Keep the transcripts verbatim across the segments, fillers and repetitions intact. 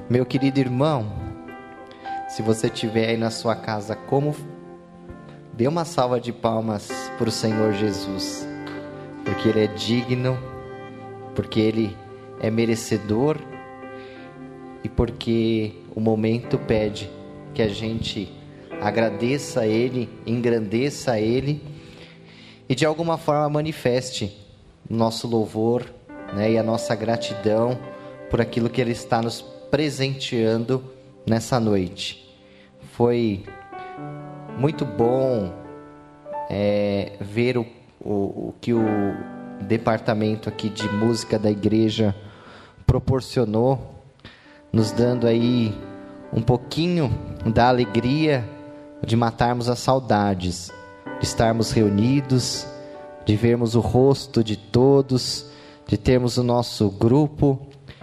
Meu querido irmão, se você estiver aí na sua casa, como dê uma salva de palmas para o Senhor Jesus, porque Ele é digno, porque Ele é merecedor e porque o momento pede que a gente agradeça a Ele, engrandeça a Ele e de alguma forma manifeste o nosso louvor, né, e a nossa gratidão por aquilo que Ele está nos presenteando nessa noite. Foi muito bom é, ver o, o, o que o departamento aqui de música da igreja proporcionou, nos dando aí um pouquinho da alegria de matarmos as saudades, de estarmos reunidos, de vermos o rosto de todos, de termos o nosso grupo,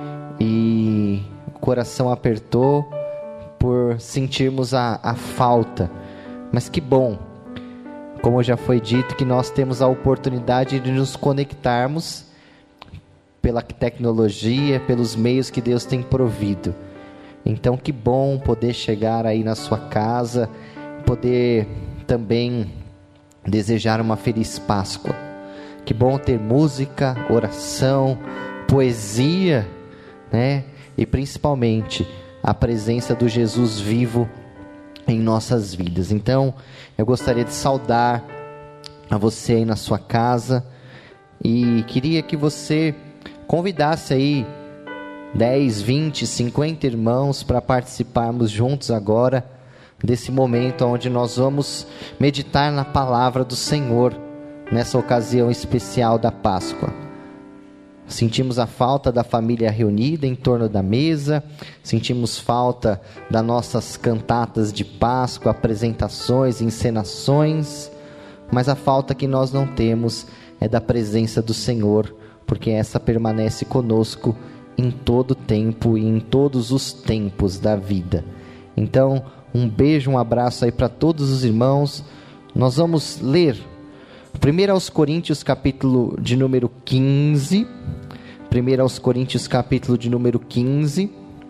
e o coração apertou por sentirmos a, a falta. Mas que bom, como já foi dito, que nós temos a oportunidade de nos conectarmos pela tecnologia, pelos meios que Deus tem provido. Então que bom poder chegar aí na sua casa, poder também desejar uma feliz Páscoa. Que bom ter música, oração, poesia, né? E principalmente a presença do Jesus vivo em nossas vidas. Então eu gostaria de saudar a você aí na sua casa e queria que você convidasse aí dez, vinte, cinquenta irmãos para participarmos juntos agora desse momento onde nós vamos meditar na palavra do Senhor nessa ocasião especial da Páscoa. Sentimos a falta da família reunida em torno da mesa, sentimos falta das nossas cantatas de Páscoa, apresentações, encenações, mas a falta que nós não temos é da presença do Senhor, porque essa permanece conosco em todo tempo e em todos os tempos da vida. Então, um beijo, um abraço aí para todos os irmãos. Nós vamos ler primeiro aos Coríntios, capítulo de número quinze. primeiro aos Coríntios, capítulo de número quinze.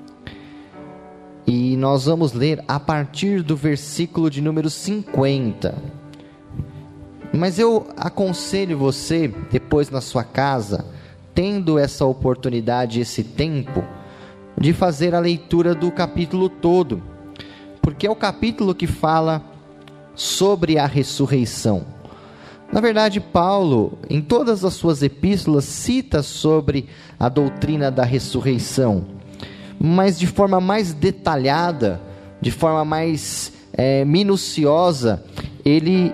E nós vamos ler a partir do versículo de número cinquenta. Mas eu aconselho você, depois na sua casa, tendo essa oportunidade, esse tempo, de fazer a leitura do capítulo todo, porque é o capítulo que fala sobre a ressurreição. Na verdade, Paulo, em todas as suas epístolas, cita sobre a doutrina da ressurreição, mas de forma mais detalhada, de forma mais é, minuciosa, ele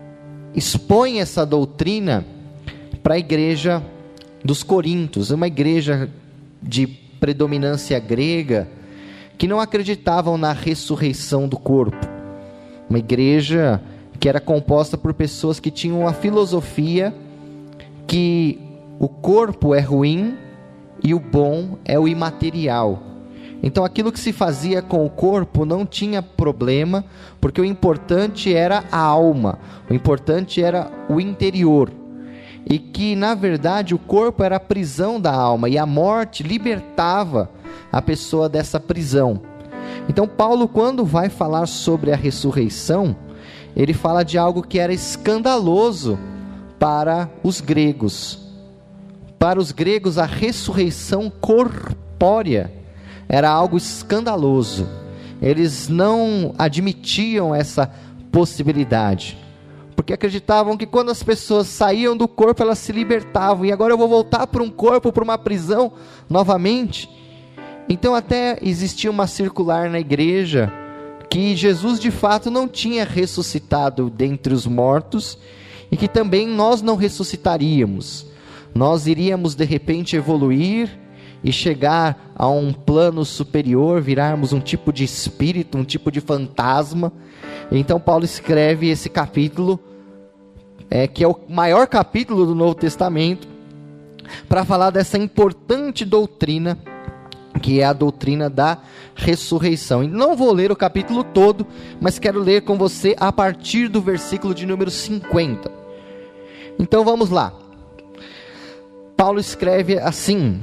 expõe essa doutrina para a igreja dos Coríntios, uma igreja de predominância grega, que não acreditavam na ressurreição do corpo, uma igreja que era composta por pessoas que tinham a filosofia que o corpo é ruim e o bom é o imaterial. Então aquilo que se fazia com o corpo não tinha problema, porque o importante era a alma, o importante era o interior, e que na verdade o corpo era a prisão da alma, e a morte libertava a pessoa dessa prisão. Então Paulo, quando vai falar sobre a ressurreição, ele fala de algo que era escandaloso para os gregos. Para os gregos, a ressurreição corpórea era algo escandaloso. Eles não admitiam essa possibilidade, porque acreditavam que quando as pessoas saíam do corpo, elas se libertavam, e agora eu vou voltar para um corpo, para uma prisão novamente. Então até existia uma circular na igreja, que Jesus de fato não tinha ressuscitado dentre os mortos, e que também nós não ressuscitaríamos. Nós iríamos de repente evoluir e chegar a um plano superior, virarmos um tipo de espírito, um tipo de fantasma. Então Paulo escreve esse capítulo, é, que é o maior capítulo do Novo Testamento, para falar dessa importante doutrina, que é a doutrina da ressurreição. E não vou ler o capítulo todo, mas quero ler com você a partir do versículo de número cinquenta. Então vamos lá. Paulo escreve assim: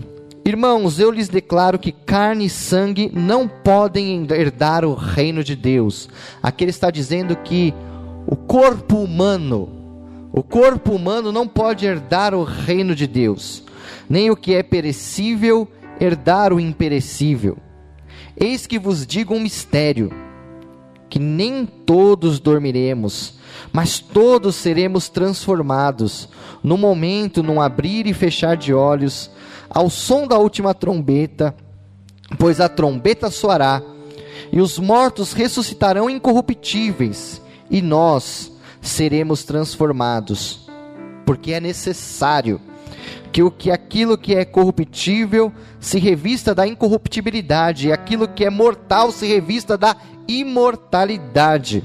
Irmãos, eu lhes declaro que carne e sangue não podem herdar o reino de Deus. Aqui ele está dizendo que o corpo humano, o corpo humano não pode herdar o reino de Deus, nem o que é perecível herdar o imperecível. Eis que vos digo um mistério, que nem todos dormiremos, mas todos seremos transformados, no momento, num abrir e fechar de olhos, ao som da última trombeta, pois a trombeta soará, e os mortos ressuscitarão incorruptíveis, e nós seremos transformados, porque é necessário que, o que aquilo que é corruptível se revista da incorruptibilidade, e aquilo que é mortal se revista da imortalidade.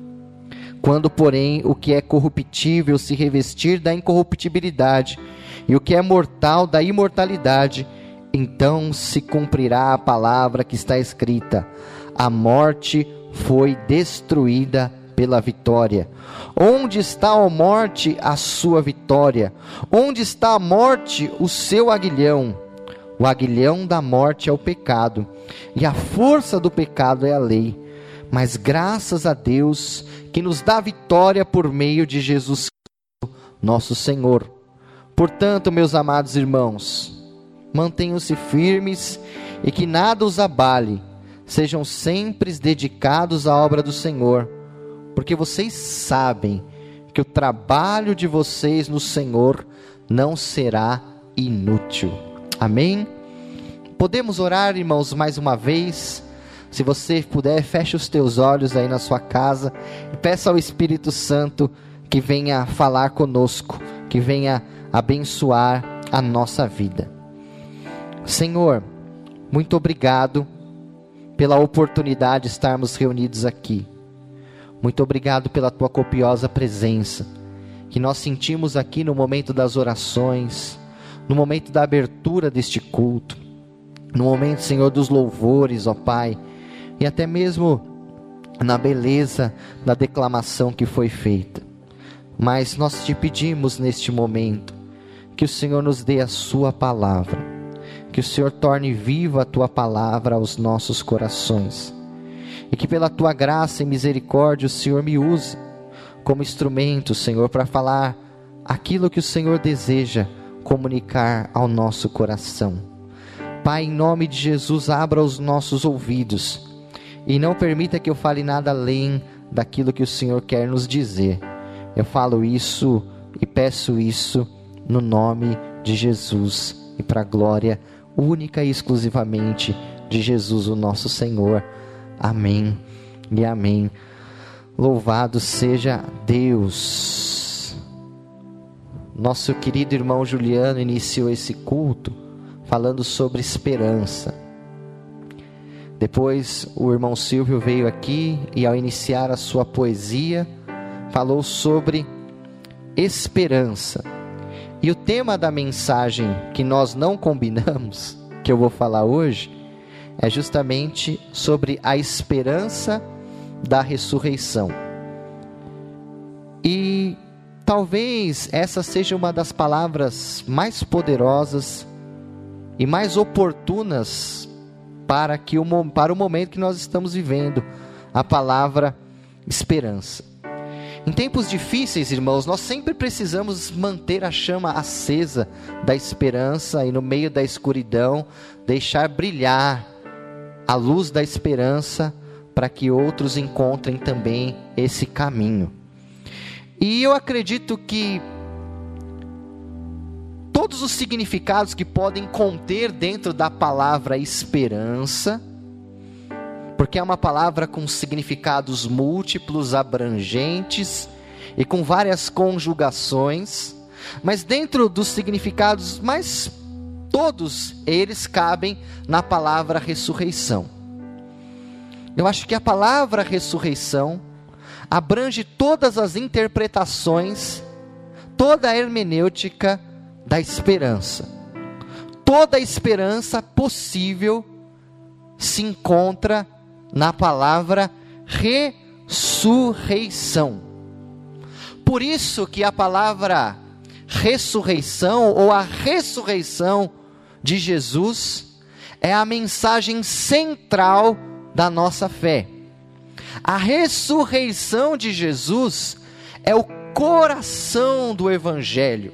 Quando, porém, o que é corruptível se revestir da incorruptibilidade, e o que é mortal da imortalidade, então se cumprirá a palavra que está escrita: a morte foi destruída pela vitória. Onde está, ó morte, a sua vitória? Onde está a morte, o seu aguilhão? O aguilhão da morte é o pecado, e a força do pecado é a lei. Mas graças a Deus, que nos dá vitória por meio de Jesus Cristo, nosso Senhor. Portanto, meus amados irmãos, mantenham-se firmes e que nada os abale. Sejam sempre dedicados à obra do Senhor, porque vocês sabem que o trabalho de vocês no Senhor não será inútil. Amém? Podemos orar, irmãos, mais uma vez? Se você puder, feche os teus olhos aí na sua casa e peça ao Espírito Santo que venha falar conosco, que venha abençoar a nossa vida. Senhor, muito obrigado pela oportunidade de estarmos reunidos aqui. Muito obrigado pela tua copiosa presença, que nós sentimos aqui no momento das orações, no momento da abertura deste culto, no momento, Senhor, dos louvores, ó Pai, e até mesmo na beleza da declamação que foi feita. Mas nós te pedimos neste momento, que o Senhor nos dê a sua palavra, que o Senhor torne viva a tua palavra aos nossos corações, e que pela tua graça e misericórdia o Senhor me use como instrumento, Senhor, para falar aquilo que o Senhor deseja comunicar ao nosso coração. Pai, em nome de Jesus, abra os nossos ouvidos e não permita que eu fale nada além daquilo que o Senhor quer nos dizer. Eu falo isso e peço isso no nome de Jesus e para a glória única e exclusivamente de Jesus, o nosso Senhor. Amém e amém. Louvado seja Deus. Nosso querido irmão Juliano iniciou esse culto falando sobre esperança. Depois o irmão Silvio veio aqui e, ao iniciar a sua poesia, falou sobre esperança. E o tema da mensagem que nós não combinamos, que eu vou falar hoje, é justamente sobre a esperança da ressurreição. E talvez essa seja uma das palavras mais poderosas e mais oportunas para, que o, para o momento que nós estamos vivendo, a palavra esperança. Em tempos difíceis, irmãos, nós sempre precisamos manter a chama acesa da esperança e no meio da escuridão, deixar brilhar a luz da esperança para que outros encontrem também esse caminho. E eu acredito que todos os significados que podem conter dentro da palavra esperança, porque é uma palavra com significados múltiplos, abrangentes e com várias conjugações, mas dentro dos significados mais todos eles cabem na palavra ressurreição. Eu acho que a palavra ressurreição abrange todas as interpretações, toda a hermenêutica da esperança. Toda a esperança possível se encontra na palavra ressurreição. Por isso que a palavra ressurreição ou a ressurreição de Jesus é a mensagem central da nossa fé. A ressurreição de Jesus é o coração do Evangelho.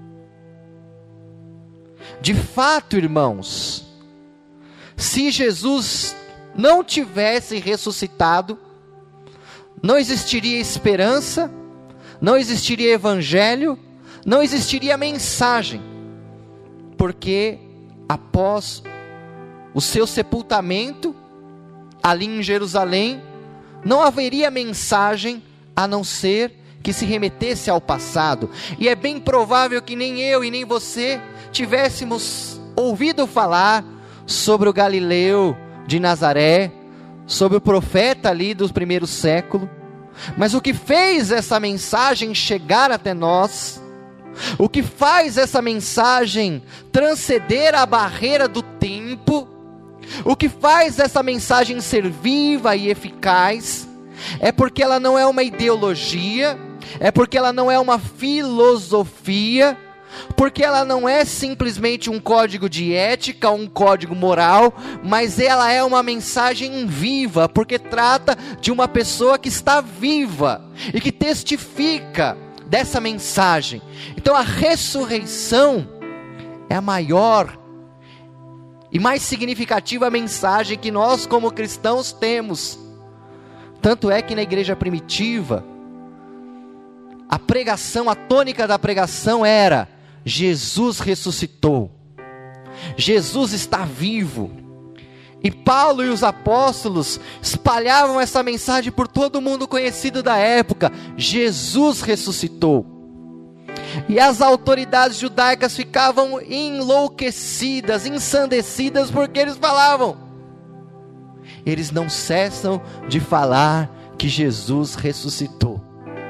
De fato, irmãos, se Jesus não tivesse ressuscitado, não existiria esperança, não existiria Evangelho, não existiria mensagem, porque após o seu sepultamento, ali em Jerusalém, não haveria mensagem a não ser que se remetesse ao passado. E é bem provável que nem eu e nem você tivéssemos ouvido falar sobre o Galileu de Nazaré, sobre o profeta ali do primeiro século. Mas o que fez essa mensagem chegar até nós, o que faz essa mensagem transcender a barreira do tempo, o que faz essa mensagem ser viva e eficaz, é porque ela não é uma ideologia, é porque ela não é uma filosofia, porque ela não é simplesmente um código de ética, um código moral, mas ela é uma mensagem viva, porque trata de uma pessoa que está viva e que testifica dessa mensagem. Então a ressurreição é a maior e mais significativa mensagem que nós como cristãos temos. Tanto é que na igreja primitiva, a pregação, a tônica da pregação era: Jesus ressuscitou, Jesus está vivo. E Paulo e os apóstolos espalhavam essa mensagem por todo mundo conhecido da época: Jesus ressuscitou. E as autoridades judaicas ficavam enlouquecidas, ensandecidas, porque eles falavam, eles não cessam de falar que Jesus ressuscitou.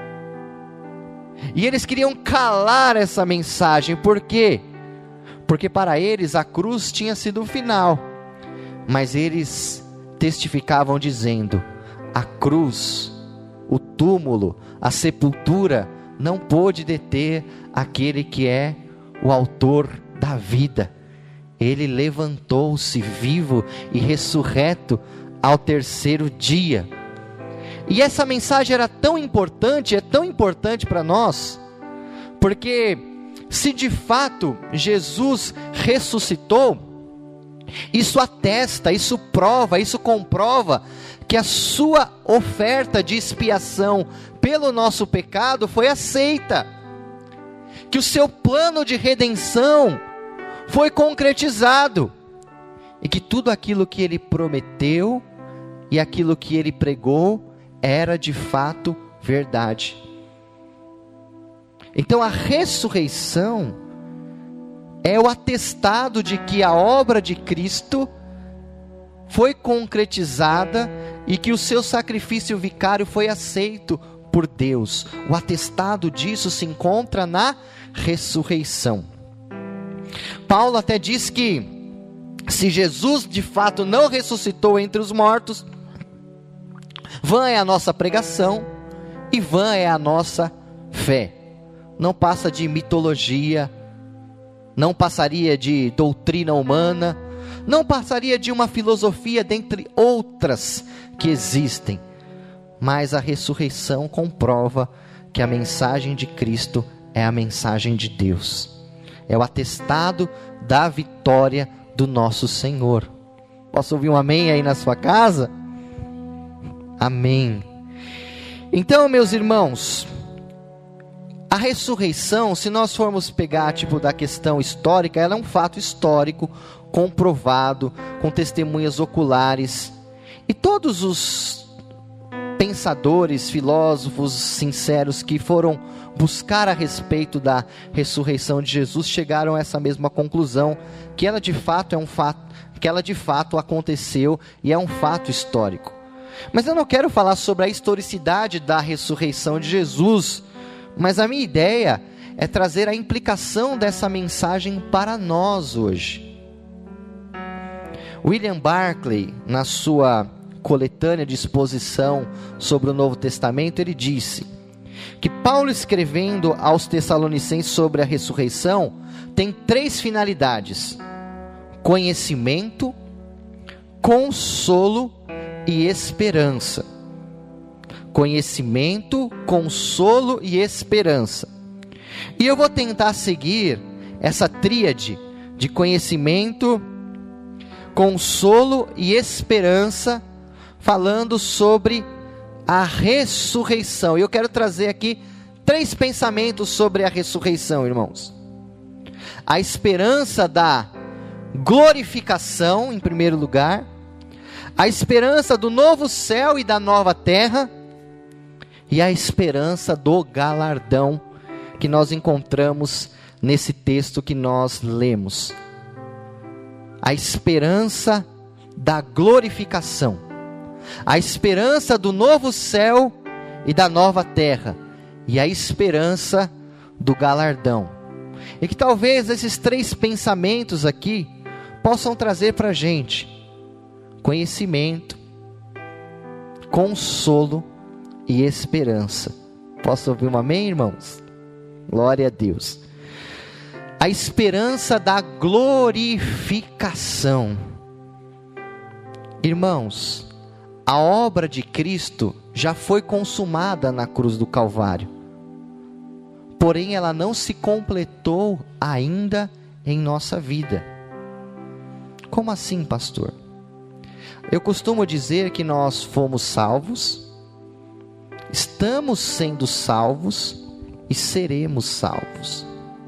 E eles queriam calar essa mensagem. Por quê? Porque para eles a cruz tinha sido o final. Mas eles testificavam dizendo: a cruz, o túmulo, a sepultura não pôde deter aquele que é o autor da vida. Ele levantou-se vivo e ressurreto ao terceiro dia. E essa mensagem era tão importante, é tão importante para nós, porque se de fato Jesus ressuscitou, isso atesta, isso prova, isso comprova que a sua oferta de expiação pelo nosso pecado foi aceita, que o seu plano de redenção foi concretizado, e que tudo aquilo que ele prometeu e aquilo que ele pregou era de fato verdade. Então a ressurreição é o atestado de que a obra de Cristo foi concretizada e que o seu sacrifício vicário foi aceito por Deus. O atestado disso se encontra na ressurreição. Paulo até diz que se Jesus de fato não ressuscitou entre os mortos, vã é a nossa pregação e vã é a nossa fé. Não passa de mitologia, não passaria de doutrina humana, não passaria de uma filosofia dentre outras que existem, mas a ressurreição comprova que a mensagem de Cristo é a mensagem de Deus, é o atestado da vitória do nosso Senhor. Posso ouvir um amém aí na sua casa? Amém. Então, meus irmãos, a ressurreição, se nós formos pegar tipo da questão histórica, ela é um fato histórico, comprovado, com testemunhas oculares, e todos os pensadores, filósofos sinceros que foram buscar a respeito da ressurreição de Jesus, chegaram a essa mesma conclusão, que ela de fato é um fato, que ela de fato aconteceu e é um fato histórico. Mas eu não quero falar sobre a historicidade da ressurreição de Jesus, mas a minha ideia é trazer a implicação dessa mensagem para nós hoje. William Barclay, na sua coletânea de exposição sobre o Novo Testamento, ele disse que Paulo, escrevendo aos Tessalonicenses sobre a ressurreição, tem três finalidades. conhecimento, consolo e esperança. Conhecimento, consolo e esperança. E eu vou tentar seguir essa tríade de conhecimento, consolo e esperança, falando sobre a ressurreição. E eu quero trazer aqui três pensamentos sobre a ressurreição, irmãos. A esperança da glorificação, em primeiro lugar. A esperança do novo céu e da nova terra. E a esperança do galardão que nós encontramos nesse texto que nós lemos. A esperança da glorificação. A esperança do novo céu e da nova terra. E a esperança do galardão. E que talvez esses três pensamentos aqui possam trazer para a gente conhecimento, consolo e esperança. Posso ouvir um amém, irmãos? Glória a Deus. A esperança da glorificação. Irmãos, a obra de Cristo já foi consumada na cruz do Calvário. Porém, ela não se completou ainda em nossa vida. Como assim, pastor? Eu costumo dizer que nós fomos salvos, estamos sendo salvos e seremos salvos.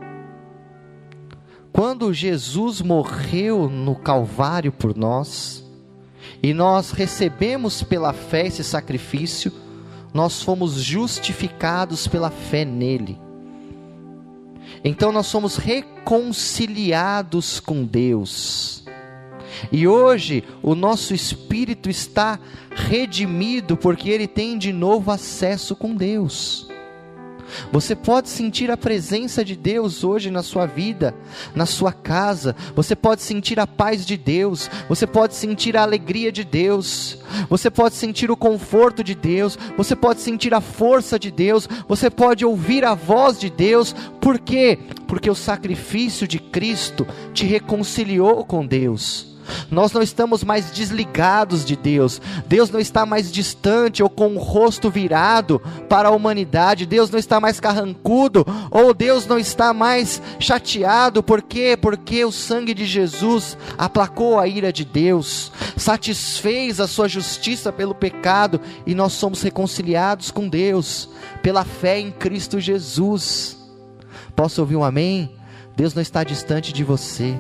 Quando Jesus morreu no Calvário por nós, e nós recebemos pela fé esse sacrifício, nós fomos justificados pela fé nele. Então nós somos reconciliados com Deus. E hoje o nosso espírito está redimido, porque ele tem de novo acesso com Deus. Você pode sentir a presença de Deus hoje na sua vida, na sua casa. Você pode sentir a paz de Deus. Você pode sentir a alegria de Deus. Você pode sentir o conforto de Deus. Você pode sentir a força de Deus. Você pode ouvir a voz de Deus. Por quê? Porque o sacrifício de Cristo te reconciliou com Deus. Nós não estamos mais desligados de Deus. Deus não está mais distante ou com o rosto virado para a humanidade. Deus não está mais carrancudo, ou Deus não está mais chateado. Por quê? Porque o sangue de Jesus aplacou a ira de Deus, satisfez a sua justiça pelo pecado, e nós somos reconciliados com Deus pela fé em Cristo Jesus. Posso ouvir um amém? Deus não está distante de você.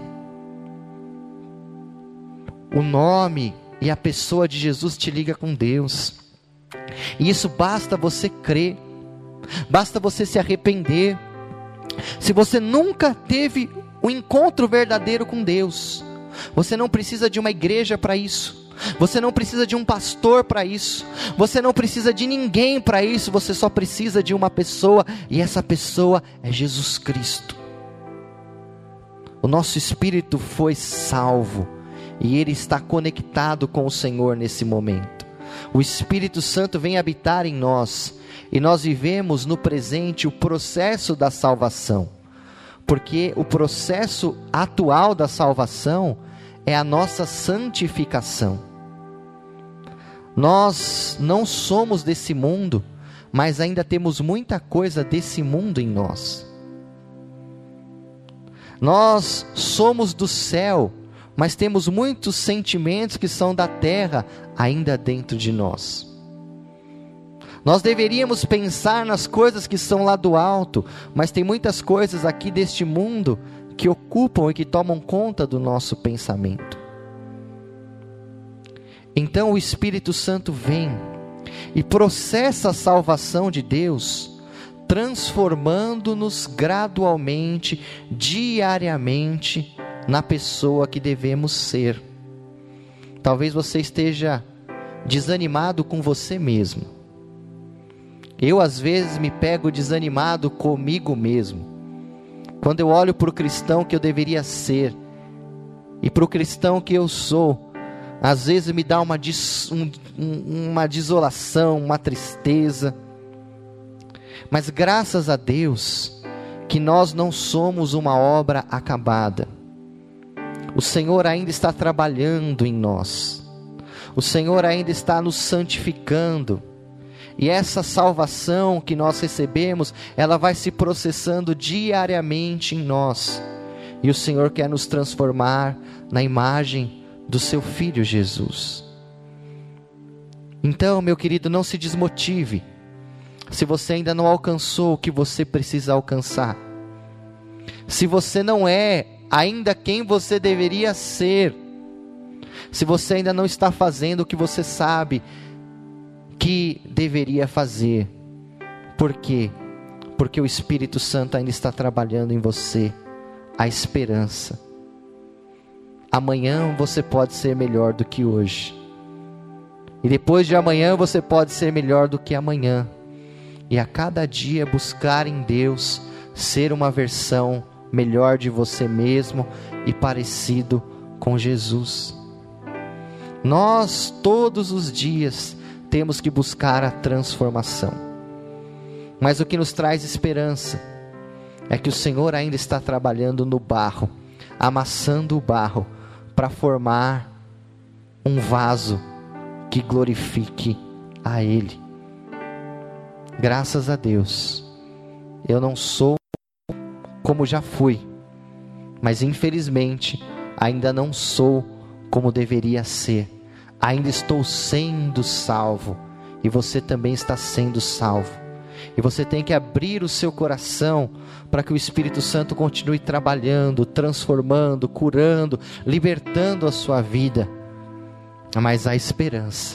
O nome e a pessoa de Jesus te liga com Deus. E isso basta você crer. Basta você se arrepender. Se você nunca teve um encontro verdadeiro com Deus, você não precisa de uma igreja para isso. Você não precisa de um pastor para isso. Você não precisa de ninguém para isso. Você só precisa de uma pessoa, e essa pessoa é Jesus Cristo. O nosso espírito foi salvo, e ele está conectado com o Senhor nesse momento. O Espírito Santo vem habitar em nós, e nós vivemos no presente o processo da salvação, porque o processo atual da salvação é a nossa santificação. Nós não somos desse mundo, mas ainda temos muita coisa desse mundo em nós. Nós somos do céu, mas temos muitos sentimentos que são da terra ainda dentro de nós. Nós deveríamos pensar nas coisas que são lá do alto, mas tem muitas coisas aqui deste mundo que ocupam e que tomam conta do nosso pensamento. Então o Espírito Santo vem e processa a salvação de Deus, transformando-nos gradualmente, diariamente, na pessoa que devemos ser. Talvez você esteja desanimado com você mesmo. Eu às vezes me pego desanimado comigo mesmo, quando eu olho para o cristão que eu deveria ser, e para o cristão que eu sou, às vezes me dá uma, des, um, uma desolação, uma tristeza. Mas graças a Deus, que nós não somos uma obra acabada. o Senhor ainda está trabalhando em nós, o Senhor ainda está nos santificando, e essa salvação que nós recebemos, ela vai se processando diariamente em nós, e o Senhor quer nos transformar na imagem do seu Filho Jesus. Então, meu querido, não se desmotive, se você ainda não alcançou o que você precisa alcançar, se você não é ainda quem você deveria ser, se você ainda não está fazendo o que você sabe que deveria fazer. Por quê? Porque o Espírito Santo ainda está trabalhando em você a esperança. Amanhã você pode ser melhor do que hoje, e depois de amanhã você pode ser melhor do que amanhã, e a cada dia buscar em Deus ser uma versão melhor de você mesmo e parecido com Jesus. Nós todos os dias temos que buscar a transformação, mas o que nos traz esperança é que o Senhor ainda está trabalhando no barro, amassando o barro para formar um vaso que glorifique a Ele. Graças a Deus, eu não sou como já fui, mas infelizmente ainda não sou como deveria ser. Ainda estou sendo salvo, e você também está sendo salvo, e você tem que abrir o seu coração para que o Espírito Santo continue trabalhando, transformando, curando, libertando a sua vida. Mas há esperança,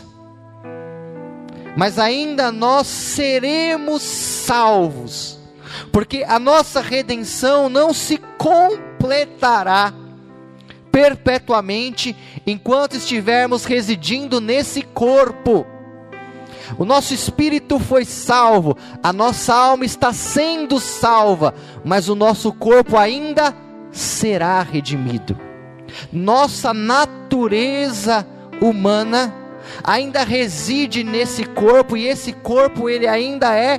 mas ainda nós seremos salvos, porque a nossa redenção não se completará perpetuamente enquanto estivermos residindo nesse corpo. O nosso espírito foi salvo, a nossa alma está sendo salva, mas o nosso corpo ainda será redimido. Nossa natureza humana ainda reside nesse corpo, e esse corpo ele ainda é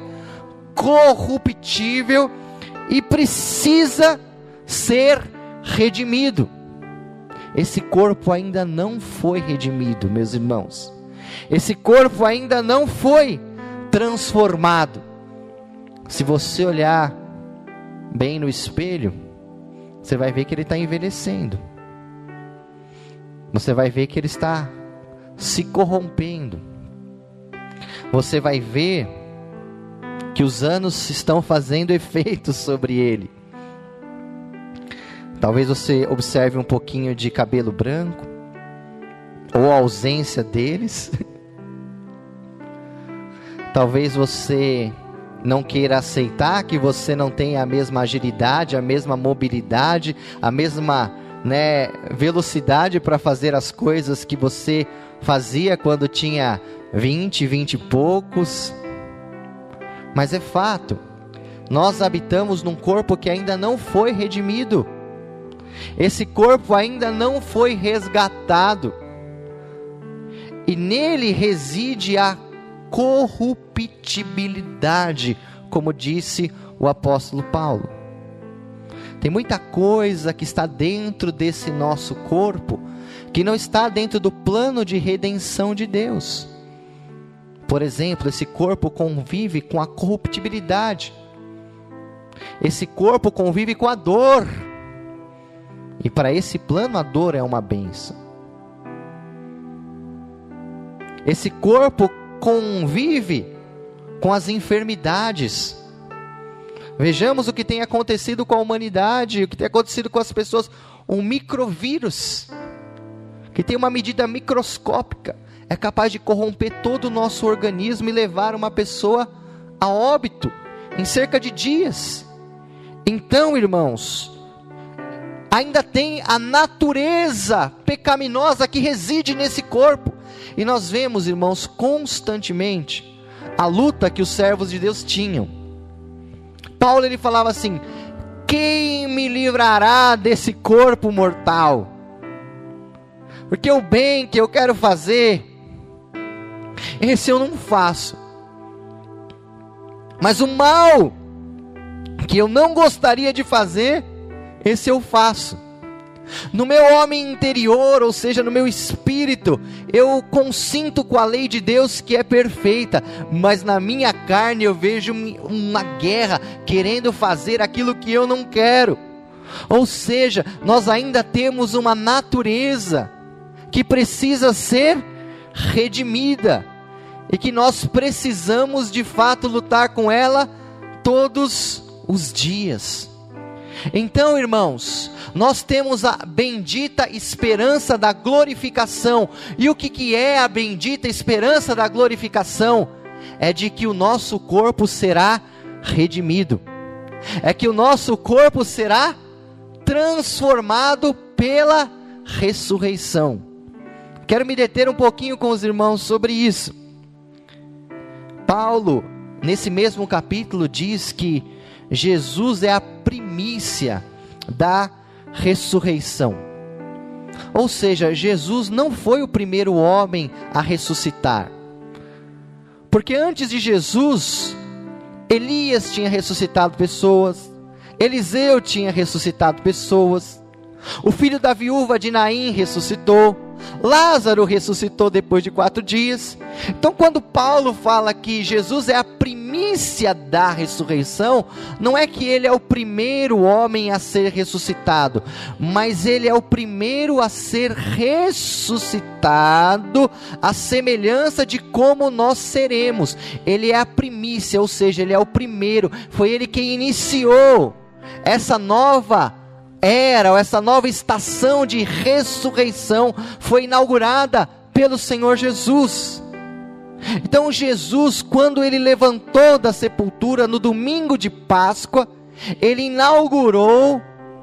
corruptível e precisa ser redimido. Esse corpo ainda não foi redimido, meus irmãos. Esse corpo ainda não foi transformado. Se você olhar bem no espelho, você vai ver que ele está envelhecendo. Você vai ver que ele está se corrompendo. Você vai ver que os anos estão fazendo efeito sobre ele. Talvez você observe um pouquinho de cabelo branco, ou a ausência deles. Talvez você não queira aceitar que você não tem a mesma agilidade, a mesma mobilidade, a mesma, né, velocidade para fazer as coisas que você fazia quando tinha vinte, vinte e poucos. Mas é fato, nós habitamos num corpo que ainda não foi redimido. Esse corpo ainda não foi resgatado, e nele reside a corruptibilidade, como disse o apóstolo Paulo. Tem muita coisa que está dentro desse nosso corpo, que não está dentro do plano de redenção de Deus. Por exemplo, esse corpo convive com a corruptibilidade, esse corpo convive com a dor, e para esse plano a dor é uma bênção. Esse corpo convive com as enfermidades. Vejamos o que tem acontecido com a humanidade, o que tem acontecido com as pessoas. Um microvírus, que tem uma medida microscópica, é capaz de corromper todo o nosso organismo e levar uma pessoa a óbito em cerca de dias. Então, irmãos, ainda tem a natureza pecaminosa que reside nesse corpo. E nós vemos, irmãos, constantemente a luta que os servos de Deus tinham. Paulo, ele falava assim: quem me livrará desse corpo mortal? Porque o bem que eu quero fazer, esse eu não faço, mas o mal que eu não gostaria de fazer, esse eu faço. No meu homem interior, ou seja, no meu espírito, eu consinto com a lei de Deus que é perfeita, mas na minha carne eu vejo uma guerra querendo fazer aquilo que eu não quero. Ou seja, nós ainda temos uma natureza que precisa ser redimida e que nós precisamos de fato lutar com ela todos os dias. Então, irmãos, nós temos a bendita esperança da glorificação. E o que, que é a bendita esperança da glorificação? É de que o nosso corpo será redimido, é que o nosso corpo será transformado pela ressurreição. Quero me deter um pouquinho com os irmãos sobre isso. Paulo, nesse mesmo capítulo, diz que Jesus é a primícia da ressurreição. Ou seja, Jesus não foi o primeiro homem a ressuscitar. Porque antes de Jesus, Elias tinha ressuscitado pessoas, Eliseu tinha ressuscitado pessoas, o filho da viúva de Naim ressuscitou, Lázaro ressuscitou depois de quatro dias. Então, quando Paulo fala que Jesus é a primícia da ressurreição, não é que ele é o primeiro homem a ser ressuscitado, mas ele é o primeiro a ser ressuscitado, à semelhança de como nós seremos. Ele é a primícia, ou seja, ele é o primeiro, foi ele quem iniciou essa nova era, ou essa nova estação de ressurreição, foi inaugurada pelo Senhor Jesus. Então Jesus, quando ele levantou da sepultura no domingo de Páscoa, ele inaugurou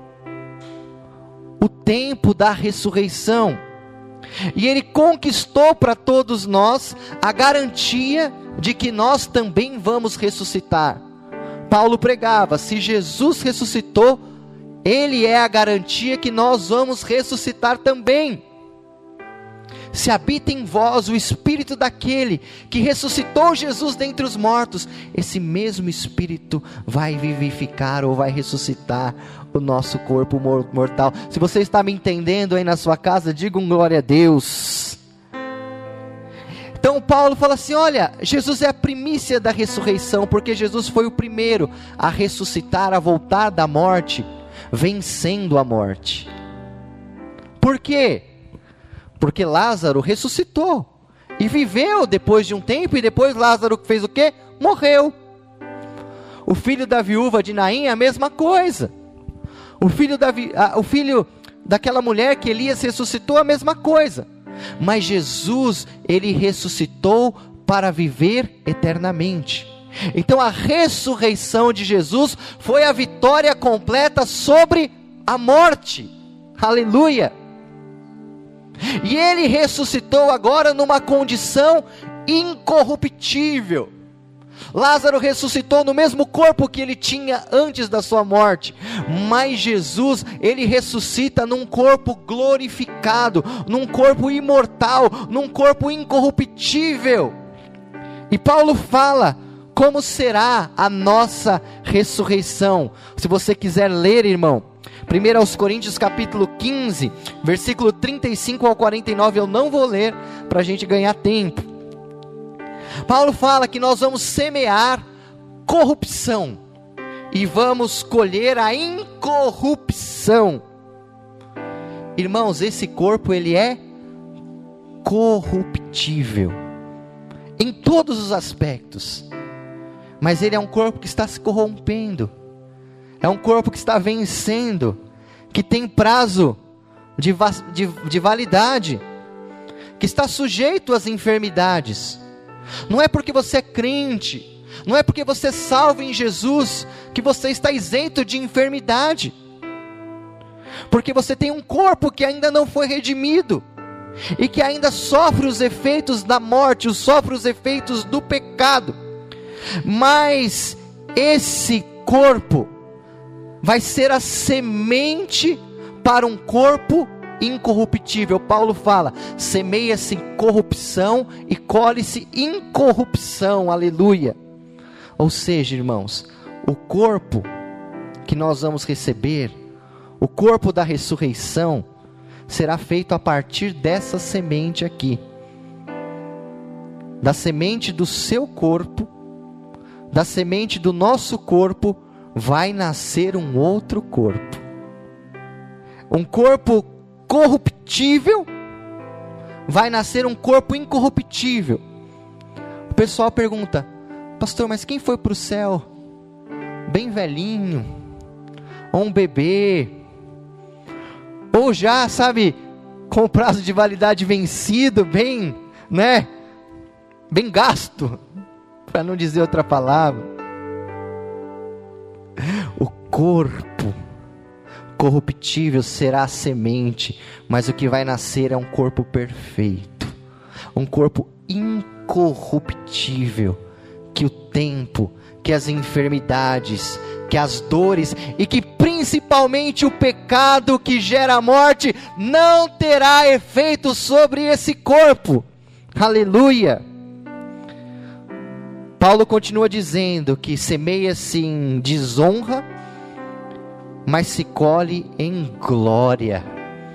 o tempo da ressurreição, e ele conquistou para todos nós a garantia de que nós também vamos ressuscitar. Paulo pregava: se Jesus ressuscitou, ele é a garantia que nós vamos ressuscitar também. Se habita em vós o Espírito daquele que ressuscitou Jesus dentre os mortos, esse mesmo Espírito vai vivificar ou vai ressuscitar o nosso corpo mortal. Se você está me entendendo aí na sua casa, diga um glória a Deus. Então Paulo fala assim: olha, Jesus é a primícia da ressurreição, porque Jesus foi o primeiro a ressuscitar, a voltar da morte, vencendo a morte. Por quê? Porque Lázaro ressuscitou e viveu depois de um tempo, e depois Lázaro fez o quê? Morreu. O filho da viúva de Naim, a mesma coisa. O filho, da, o filho daquela mulher que Elias ressuscitou, a mesma coisa. Mas Jesus, ele ressuscitou para viver eternamente. Então a ressurreição de Jesus foi a vitória completa sobre a morte. Aleluia! E ele ressuscitou agora numa condição incorruptível. Lázaro ressuscitou no mesmo corpo que ele tinha antes da sua morte, mas Jesus, ele ressuscita num corpo glorificado, num corpo imortal, num corpo incorruptível. E Paulo fala como será a nossa ressurreição. Se você quiser ler, irmão, primeiro aos Coríntios capítulo quinze, versículo trinta e cinco ao quarenta e nove, eu não vou ler para a gente ganhar tempo. Paulo fala que nós vamos semear corrupção e vamos colher a incorrupção. Irmãos, esse corpo, ele é corruptível em todos os aspectos, mas ele é um corpo que está se corrompendo, é um corpo que está vencendo, que tem prazo de, de, de validade, que está sujeito às enfermidades. Não é porque você é crente, não é porque você é salvo em Jesus, que você está isento de enfermidade, porque você tem um corpo que ainda não foi redimido, e que ainda sofre os efeitos da morte, sofre os efeitos do pecado. Mas esse corpo vai ser a semente para um corpo incorruptível. Paulo fala: semeia-se corrupção e colhe-se incorrupção. Aleluia. Ou seja, irmãos, o corpo que nós vamos receber, O corpo da ressurreição será feito a partir dessa semente aqui. Da semente do seu corpo, da semente do nosso corpo, vai nascer um outro corpo. Um corpo corruptível, vai nascer um corpo incorruptível. O pessoal pergunta: pastor, mas quem foi para o céu? Bem velhinho, ou um bebê, ou já, sabe, com o prazo de validade vencido, bem, né, bem gasto, para não dizer outra palavra. O corpo corruptível será a semente, mas o que vai nascer é um corpo perfeito, um corpo incorruptível, que o tempo, que as enfermidades, que as dores e que principalmente o pecado que gera a morte não terá efeito sobre esse corpo. Aleluia! Paulo continua dizendo que semeia-se em desonra, mas se colhe em glória.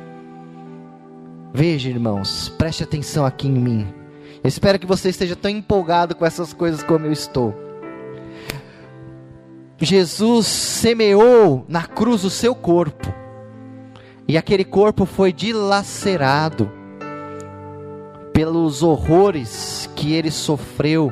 Veja, irmãos, preste atenção aqui em mim. Eu espero que você esteja tão empolgado com essas coisas como eu estou. Jesus semeou na cruz o seu corpo, e aquele corpo foi dilacerado pelos horrores que ele sofreu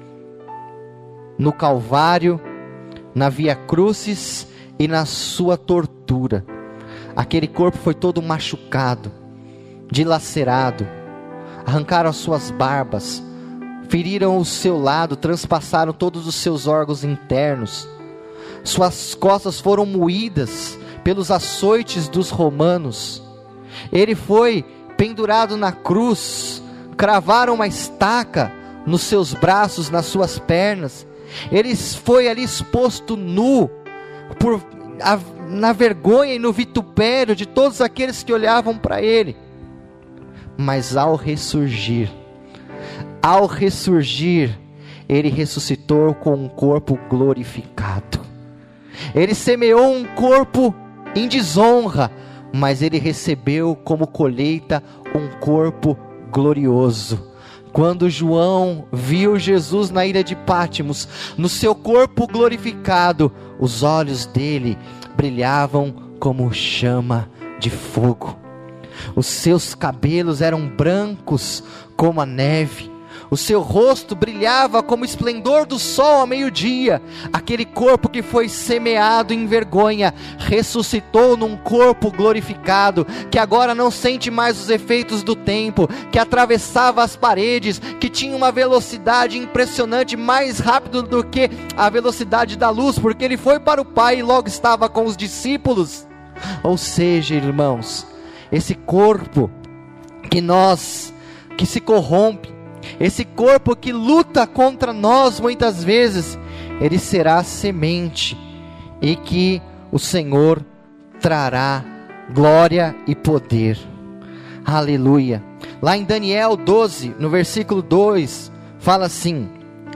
no Calvário, na Via Crucis e na sua tortura. Aquele corpo foi todo machucado, dilacerado, arrancaram as suas barbas, feriram o seu lado, transpassaram todos os seus órgãos internos, suas costas foram moídas pelos açoites dos romanos. Ele foi pendurado na cruz, cravaram uma estaca nos seus braços, nas suas pernas. Ele foi ali exposto nu, por, a, na vergonha e no vitupério de todos aqueles que olhavam para ele. Mas ao ressurgir, ao ressurgir, ele ressuscitou com um corpo glorificado. Ele semeou um corpo em desonra, mas ele recebeu como colheita um corpo glorioso. Quando João viu Jesus na ilha de Pátimos, no seu corpo glorificado, os olhos dele brilhavam como chama de fogo. Os seus cabelos eram brancos como a neve. O seu rosto brilhava como o esplendor do sol ao meio-dia. Aquele corpo que foi semeado em vergonha, ressuscitou num corpo glorificado, que agora não sente mais os efeitos do tempo, que atravessava as paredes, que tinha uma velocidade impressionante, mais rápido do que a velocidade da luz, porque ele foi para o Pai e logo estava com os discípulos. Ou seja, irmãos, esse corpo que nós, que se corrompe, esse corpo que luta contra nós muitas vezes, ele será semente, e que o Senhor trará glória e poder. Aleluia. Lá em Daniel doze, no versículo dois, fala assim: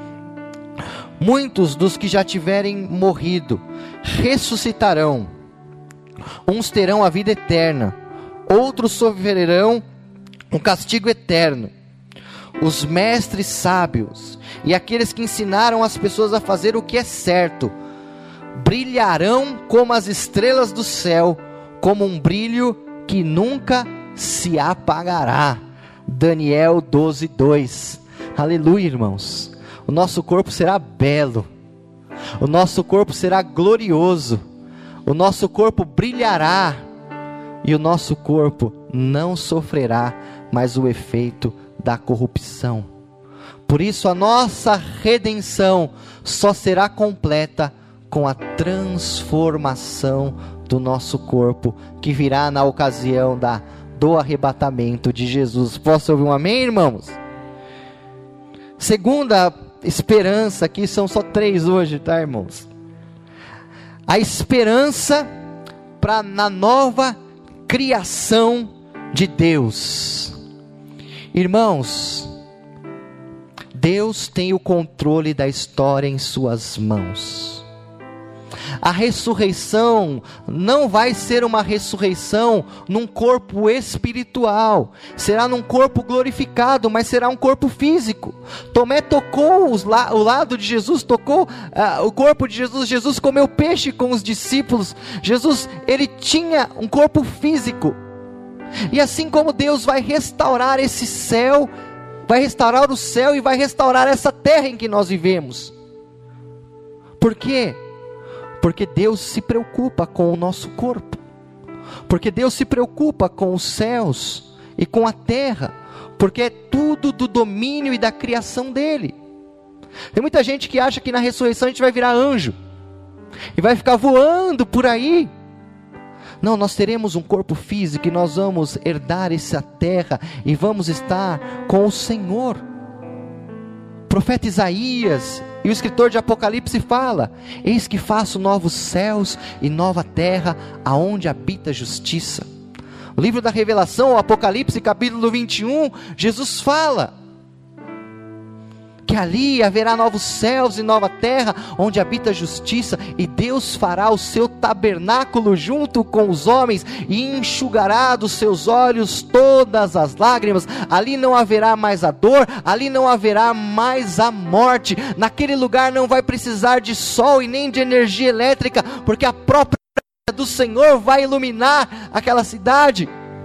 muitos dos que já tiverem morrido ressuscitarão, uns terão a vida eterna, outros sofrerão um castigo eterno. Os mestres sábios e aqueles que ensinaram as pessoas a fazer o que é certo brilharão como as estrelas do céu, como um brilho que nunca se apagará. Daniel doze, dois. Aleluia, irmãos. O nosso corpo será belo, o nosso corpo será glorioso, o nosso corpo brilhará, e o nosso corpo não sofrerá mais o efeito da corrupção. Por isso a nossa redenção só será completa com a transformação do nosso corpo, que virá na ocasião da, do arrebatamento de Jesus. Posso ouvir um amém, irmãos? Segunda esperança, aqui são só três hoje, tá, irmãos? A esperança para na nova criação de Deus. Irmãos, Deus tem o controle da história em suas mãos. A ressurreição não vai ser uma ressurreição num corpo espiritual, será num corpo glorificado, mas será um corpo físico. Tomé tocou os la- o lado de Jesus, tocou uh, o corpo de Jesus. Jesus comeu peixe com os discípulos. Jesus, ele tinha um corpo físico. E assim como Deus vai restaurar esse céu, vai restaurar o céu e vai restaurar essa terra em que nós vivemos. Por quê? Porque Deus se preocupa com o nosso corpo, porque Deus se preocupa com os céus e com a terra, porque é tudo do domínio e da criação dele. Tem muita gente que acha que na ressurreição a gente vai virar anjo, e vai ficar voando por aí. Não, nós teremos um corpo físico e nós vamos herdar essa terra, e vamos estar com o Senhor. O profeta Isaías e o escritor de Apocalipse fala: eis que faço novos céus e nova terra, aonde habita a justiça. O livro da Revelação, o Apocalipse capítulo vinte e um, Jesus fala que ali haverá novos céus e nova terra, onde habita a justiça, e Deus fará o seu tabernáculo junto com os homens, e enxugará dos seus olhos todas as lágrimas. Ali não haverá mais a dor, ali não haverá mais a morte. Naquele lugar não vai precisar de sol e nem de energia elétrica, porque a própria do Senhor vai iluminar aquela cidade.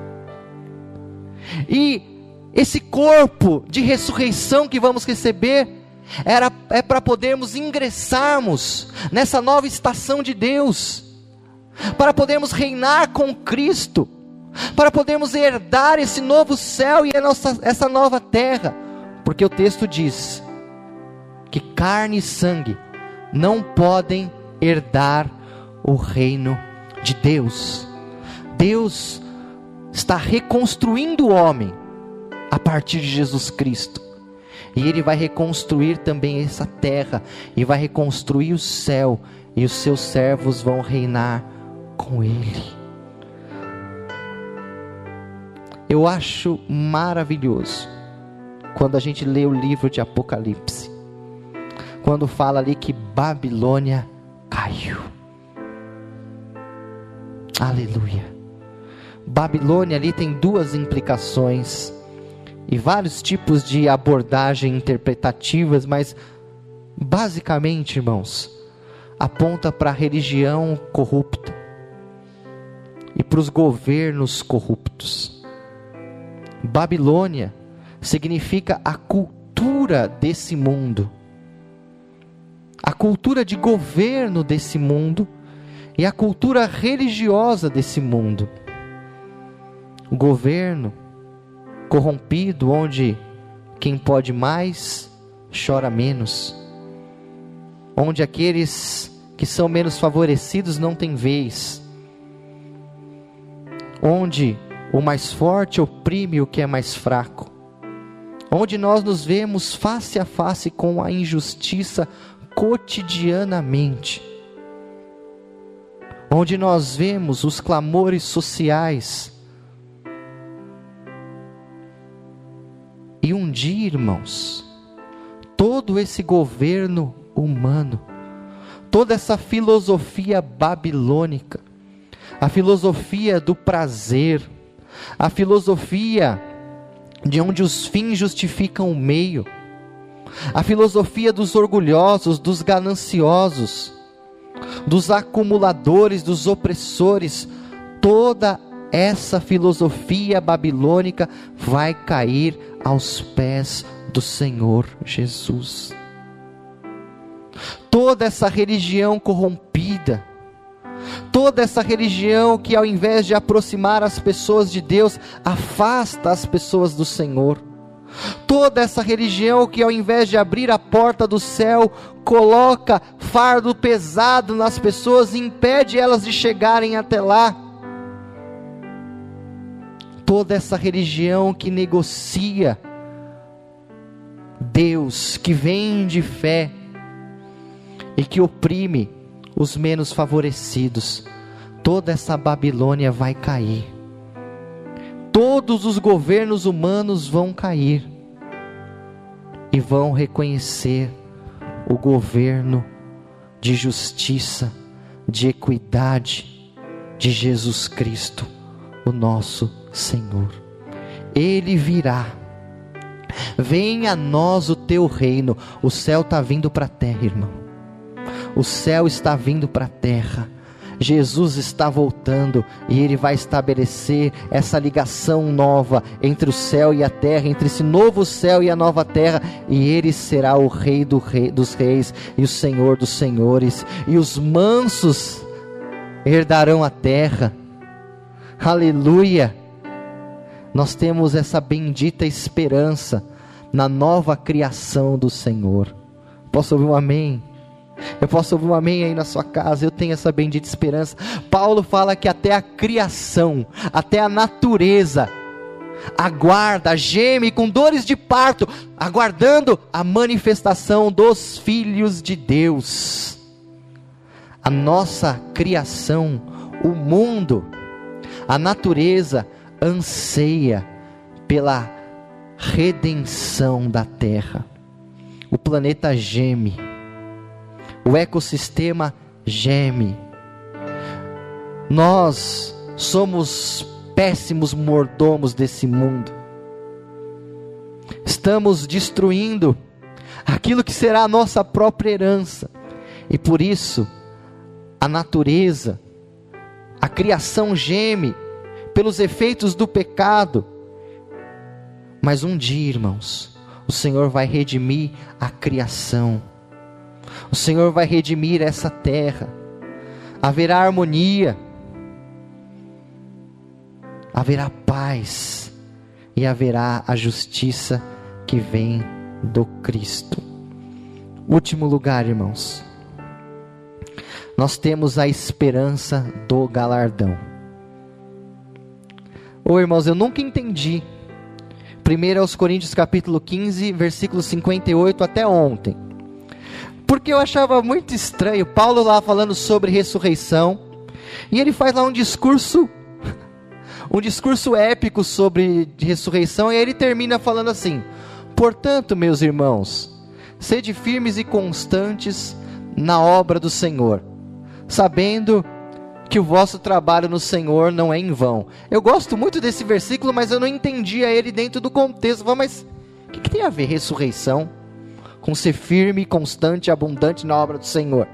E esse corpo de ressurreição que vamos receber, era, é para podermos ingressarmos nessa nova estação de Deus, para podermos reinar com Cristo, para podermos herdar esse novo céu e a nossa, essa nova terra, porque o texto diz que carne e sangue não podem herdar o reino de Deus. Deus está reconstruindo o homem a partir de Jesus Cristo, e Ele vai reconstruir também essa terra, e vai reconstruir o céu, e os seus servos vão reinar com Ele. Eu acho maravilhoso quando a gente lê o livro de Apocalipse, quando fala ali que Babilônia caiu. Aleluia. Babilônia ali tem duas implicações e vários tipos de abordagem interpretativas, mas basicamente, irmãos, aponta para a religião corrupta e para os governos corruptos. Babilônia significa a cultura desse mundo, a cultura de governo desse mundo e a cultura religiosa desse mundo. O governo corrompido, onde quem pode mais chora menos, onde aqueles que são menos favorecidos não têm vez, onde o mais forte oprime o que é mais fraco, onde nós nos vemos face a face com a injustiça cotidianamente, onde nós vemos os clamores sociais. E um dia, irmãos, todo esse governo humano, toda essa filosofia babilônica, a filosofia do prazer, a filosofia de onde os fins justificam o meio, a filosofia dos orgulhosos, dos gananciosos, dos acumuladores, dos opressores, toda essa filosofia babilônica vai cair aos pés do Senhor Jesus. Toda essa religião corrompida, toda essa religião que ao invés de aproximar as pessoas de Deus, afasta as pessoas do Senhor, toda essa religião que ao invés de abrir a porta do céu, coloca fardo pesado nas pessoas e impede elas de chegarem até lá, toda essa religião que negocia Deus, que vende fé e que oprime os menos favorecidos, toda essa Babilônia vai cair, todos os governos humanos vão cair e vão reconhecer o governo de justiça de equidade de Jesus Cristo, o nosso Senhor. Ele virá. Venha a nós o teu reino. O céu está vindo para a terra, irmão. O céu está vindo para a terra. Jesus está voltando e Ele vai estabelecer essa ligação nova entre o céu e a terra, entre esse novo céu e a nova terra, e Ele será o Rei, do rei dos reis e o Senhor dos senhores, e os mansos herdarão a terra. Aleluia! Nós temos essa bendita esperança na nova criação do Senhor. Posso ouvir um amém? Eu posso ouvir um amém aí na sua casa. Eu tenho essa bendita esperança. Paulo fala que até a criação, até a natureza aguarda, geme com dores de parto, aguardando a manifestação dos filhos de Deus. A nossa criação, o mundo, a natureza anseia pela redenção da terra. O planeta geme, o ecossistema geme. Nós somos péssimos mordomos desse mundo. Estamos destruindo aquilo que será a nossa própria herança. E por isso, a natureza, a criação geme pelos efeitos do pecado. Mas um dia, irmãos, o Senhor vai redimir a criação. O Senhor vai redimir essa terra. Haverá harmonia, haverá paz, e haverá a justiça que vem do Cristo. Último lugar, irmãos, nós temos a esperança do galardão. Ô irmãos, eu nunca entendi primeiro aos Coríntios capítulo quinze, versículo cinquenta e oito até ontem, porque eu achava muito estranho, Paulo lá falando sobre ressurreição, e ele faz lá um discurso, um discurso épico sobre ressurreição, e aí ele termina falando assim: portanto, meus irmãos, sede firmes e constantes na obra do Senhor, sabendo que o vosso trabalho no Senhor não é em vão. Eu gosto muito desse versículo, mas eu não entendia ele dentro do contexto. Mas o que, que tem a ver ressurreição com ser firme, constante e abundante na obra do Senhor?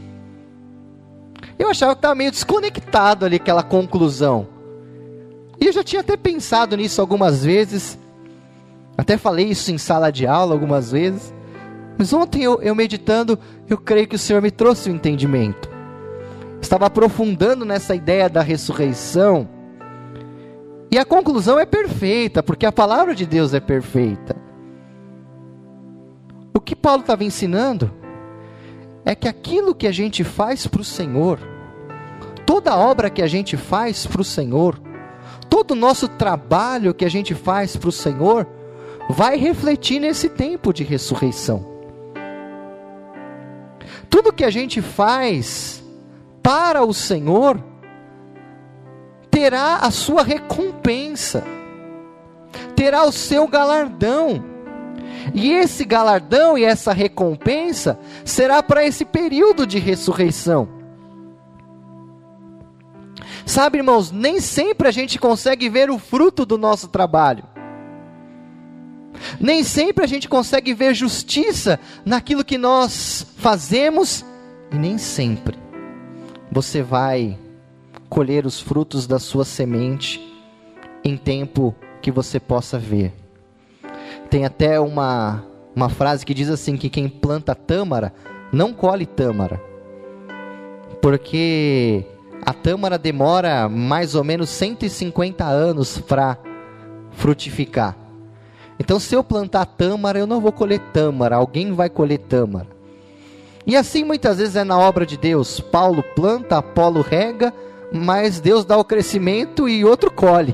Eu achava que estava meio desconectado ali aquela conclusão, e eu já tinha até pensado nisso algumas vezes, até falei isso em sala de aula algumas vezes, mas ontem eu, eu meditando, eu creio que o Senhor me trouxe o entendimento. Estava aprofundando nessa ideia da ressurreição, e a conclusão é perfeita, porque a palavra de Deus é perfeita. O que Paulo estava ensinando é que aquilo que a gente faz para o Senhor, toda obra que a gente faz para o Senhor, todo o nosso trabalho que a gente faz para o Senhor, vai refletir nesse tempo de ressurreição. Tudo que a gente faz para o Senhor terá a sua recompensa, terá o seu galardão, e esse galardão e essa recompensa será para esse período de ressurreição. Sabe, irmãos, nem sempre a gente consegue ver o fruto do nosso trabalho, nem sempre a gente consegue ver justiça naquilo que nós fazemos, e nem sempre você vai colher os frutos da sua semente em tempo que você possa ver. Tem até uma, uma frase que diz assim, que quem planta tâmara não colhe tâmara, porque a tâmara demora mais ou menos cento e cinquenta anos para frutificar. Então, se eu plantar tâmara, eu não vou colher tâmara, alguém vai colher tâmara. E assim muitas vezes é na obra de Deus. Paulo planta, Apolo rega, mas Deus dá o crescimento e outro colhe.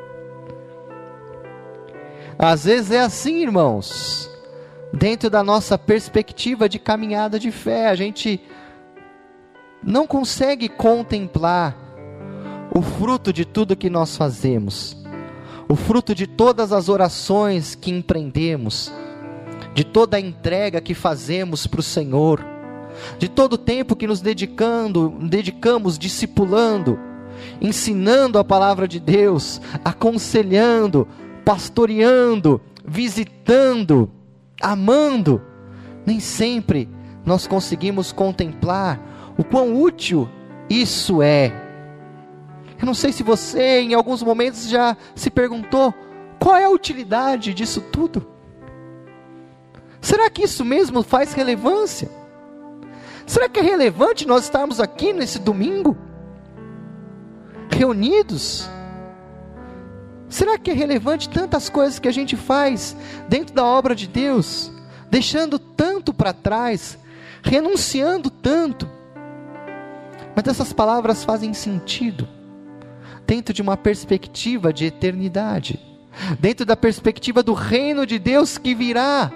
Às vezes é assim, irmãos, dentro da nossa perspectiva de caminhada de fé, a gente não consegue contemplar o fruto de tudo que nós fazemos, o fruto de todas as orações que empreendemos, de toda a entrega que fazemos para o Senhor, de todo o tempo que nos dedicando, dedicamos discipulando, ensinando a palavra de Deus, aconselhando, pastoreando, visitando, amando, nem sempre nós conseguimos contemplar o quão útil isso é. Eu não sei se você em alguns momentos já se perguntou, qual é a utilidade disso tudo? Será que isso mesmo faz relevância? Será que é relevante nós estarmos aqui nesse domingo, reunidos? Será que é relevante tantas coisas que a gente faz dentro da obra de Deus, deixando tanto para trás, renunciando tanto? Mas essas palavras fazem sentido dentro de uma perspectiva de eternidade, dentro da perspectiva do reino de Deus que virá.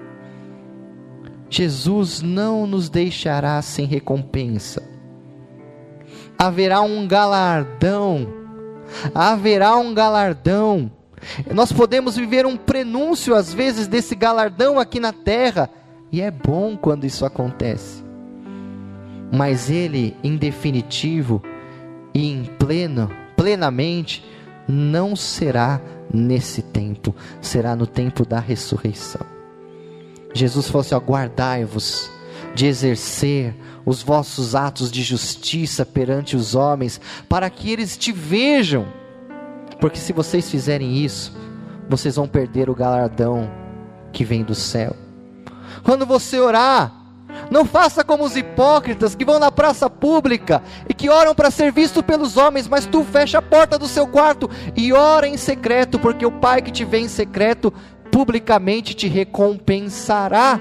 Jesus não nos deixará sem recompensa. Haverá um galardão, haverá um galardão. Nós podemos viver um prenúncio às vezes desse galardão aqui na terra, e é bom quando isso acontece. Mas ele, em definitivo e em pleno, plenamente, não será nesse tempo, será no tempo da ressurreição. Jesus falou assim: ó, guardai-vos de exercer os vossos atos de justiça perante os homens, para que eles te vejam, porque se vocês fizerem isso, vocês vão perder o galardão que vem do céu. Quando você orar, não faça como os hipócritas que vão na praça pública e que oram para ser visto pelos homens, mas tu fecha a porta do seu quarto e ora em secreto, porque o Pai que te vê em secreto publicamente te recompensará.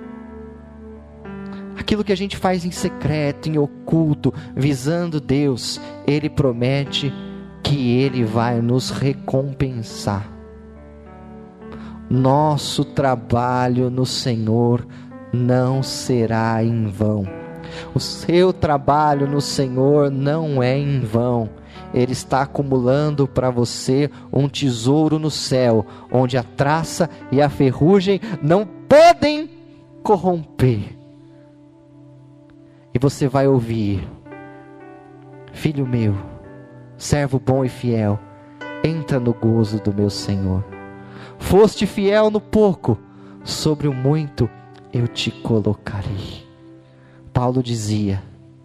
Aquilo que a gente faz em secreto, em oculto, visando Deus, Ele promete que Ele vai nos recompensar. Nosso trabalho no Senhor não será em vão. O seu trabalho no Senhor não é em vão. Ele está acumulando para você um tesouro no céu, onde a traça e a ferrugem não podem corromper. E você vai ouvir: filho meu, servo bom e fiel, entra no gozo do meu Senhor. Foste fiel no pouco, sobre o muito eu te colocarei. Paulo dizia: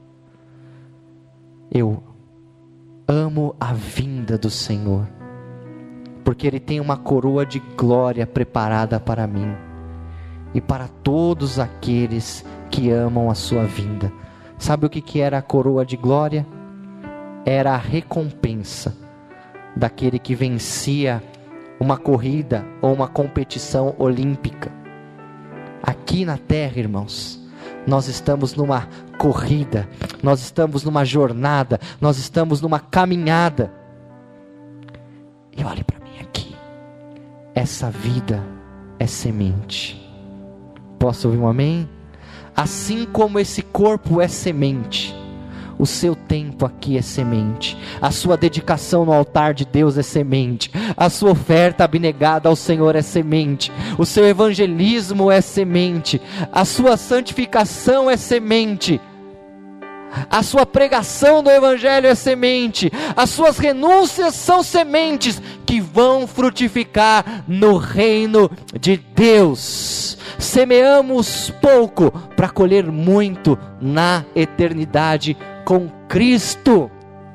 eu amo a vinda do Senhor, porque Ele tem uma coroa de glória preparada para mim e para todos aqueles que amam a sua vinda. Sabe o que que era a coroa de glória? Era a recompensa daquele que vencia uma corrida ou uma competição olímpica. Aqui na terra, irmãos, nós estamos numa corrida, nós estamos numa jornada, nós estamos numa caminhada. E olhe para mim aqui, essa vida é semente. Posso ouvir um amém? Assim como esse corpo é semente, o seu tempo aqui é semente, a sua dedicação no altar de Deus é semente, a sua oferta abnegada ao Senhor é semente, o seu evangelismo é semente, a sua santificação é semente, a sua pregação do evangelho é semente, as suas renúncias são sementes que vão frutificar no reino de Deus. Semeamos pouco para colher muito na eternidade com Cristo.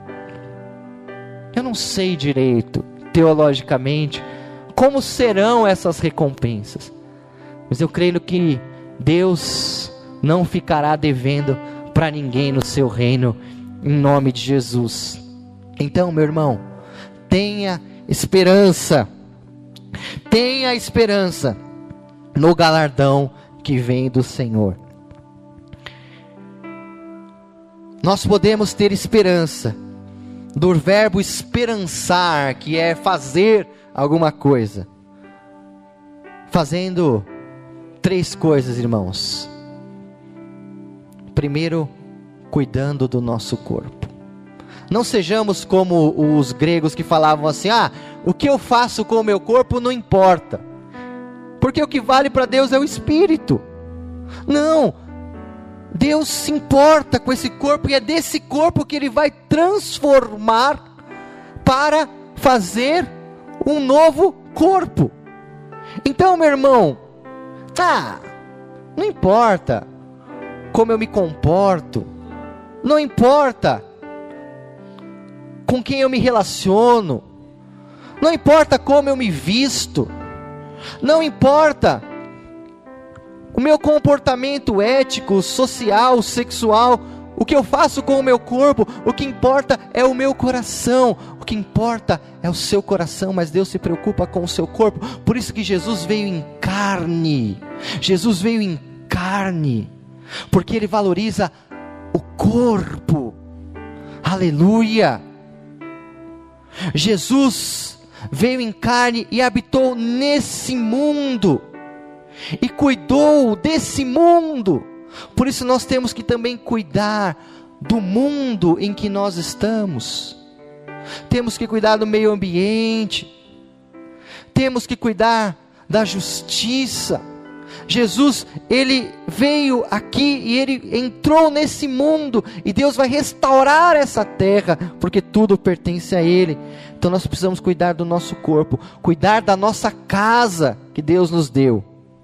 Eu não sei direito, teologicamente, como serão essas recompensas, mas eu creio que Deus não ficará devendo para ninguém no seu reino, em nome de Jesus. Então, meu irmão, tenha esperança, tenha esperança no galardão que vem do Senhor. Nós podemos ter esperança do verbo esperançar, que é fazer alguma coisa, fazendo três coisas, irmãos. Primeiro, cuidando do nosso corpo. Não sejamos como os gregos que falavam assim: ah, o que eu faço com o meu corpo não importa, porque o que vale para Deus é o espírito. Não, Deus se importa com esse corpo, e é desse corpo que Ele vai transformar para fazer um novo corpo. Então, meu irmão, ah, não importa como eu me comporto, não importa com quem eu me relaciono, não importa como eu me visto, não importa o meu comportamento ético, social, sexual, o que eu faço com o meu corpo, o que importa é o meu coração, o que importa é o seu coração, mas Deus se preocupa com o seu corpo. Por isso que Jesus veio em carne, Jesus veio em carne, porque Ele valoriza o corpo, aleluia. Jesus veio em carne e habitou nesse mundo, e cuidou desse mundo. Por isso nós temos que também cuidar do mundo em que nós estamos. Temos que cuidar do meio ambiente, temos que cuidar da justiça. Jesus, Ele veio aqui e Ele entrou nesse mundo, e Deus vai restaurar essa terra, porque tudo pertence a Ele. Então nós precisamos cuidar do nosso corpo, cuidar da nossa casa que Deus nos deu,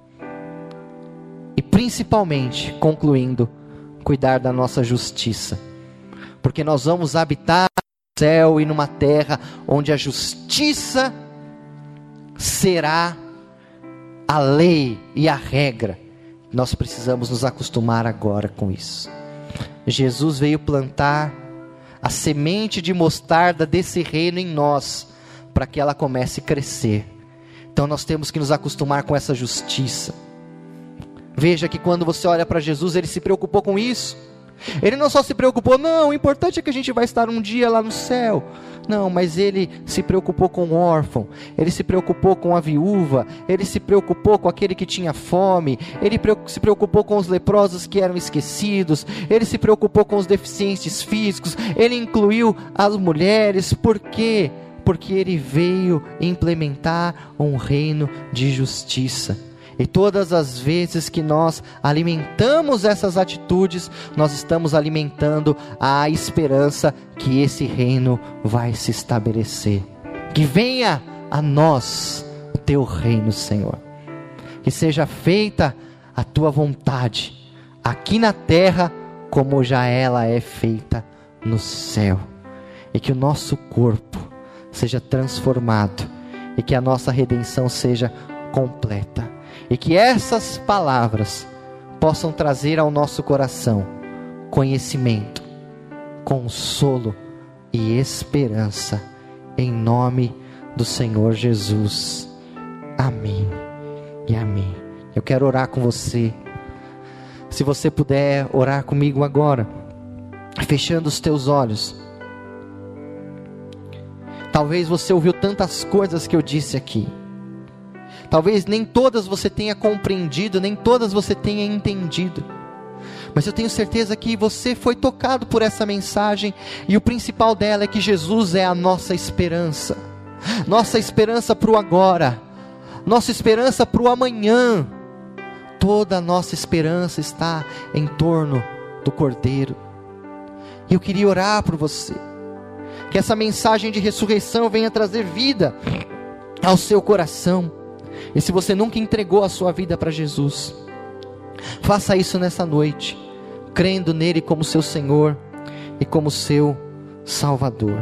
e principalmente, concluindo, cuidar da nossa justiça, porque nós vamos habitar no céu e numa terra onde a justiça será a lei e a regra. Nós precisamos nos acostumar agora com isso. Jesus veio plantar a semente de mostarda desse reino em nós, para que ela comece a crescer. Então nós temos que nos acostumar com essa justiça. Veja que quando você olha para Jesus, Ele se preocupou com isso. Ele não só se preocupou, não, o importante é que a gente vai estar um dia lá no céu. Não, mas Ele se preocupou com o órfão, Ele se preocupou com a viúva, Ele se preocupou com aquele que tinha fome, Ele se preocupou com os leprosos que eram esquecidos, Ele se preocupou com os deficientes físicos, Ele incluiu as mulheres. Por quê? Porque Ele veio implementar um reino de justiça. E todas as vezes que nós alimentamos essas atitudes, nós estamos alimentando a esperança que esse reino vai se estabelecer. Que venha a nós o teu reino, Senhor. Que seja feita a tua vontade, aqui na terra, como já ela é feita no céu. E que o nosso corpo seja transformado, e que a nossa redenção seja completa. E que essas palavras possam trazer ao nosso coração conhecimento, consolo e esperança, em nome do Senhor Jesus. Amém e amém. Eu quero orar com você. Se você puder orar comigo agora, fechando os teus olhos. Talvez você ouviu tantas coisas que eu disse aqui, talvez nem todas você tenha compreendido, nem todas você tenha entendido, mas eu tenho certeza que você foi tocado por essa mensagem, e o principal dela é que Jesus é a nossa esperança, nossa esperança para o agora, nossa esperança para o amanhã. Toda a nossa esperança está em torno do Cordeiro. E eu queria orar por você, que essa mensagem de ressurreição venha trazer vida ao seu coração. E se você nunca entregou a sua vida para Jesus, faça isso nessa noite, crendo nele como seu Senhor e como seu Salvador.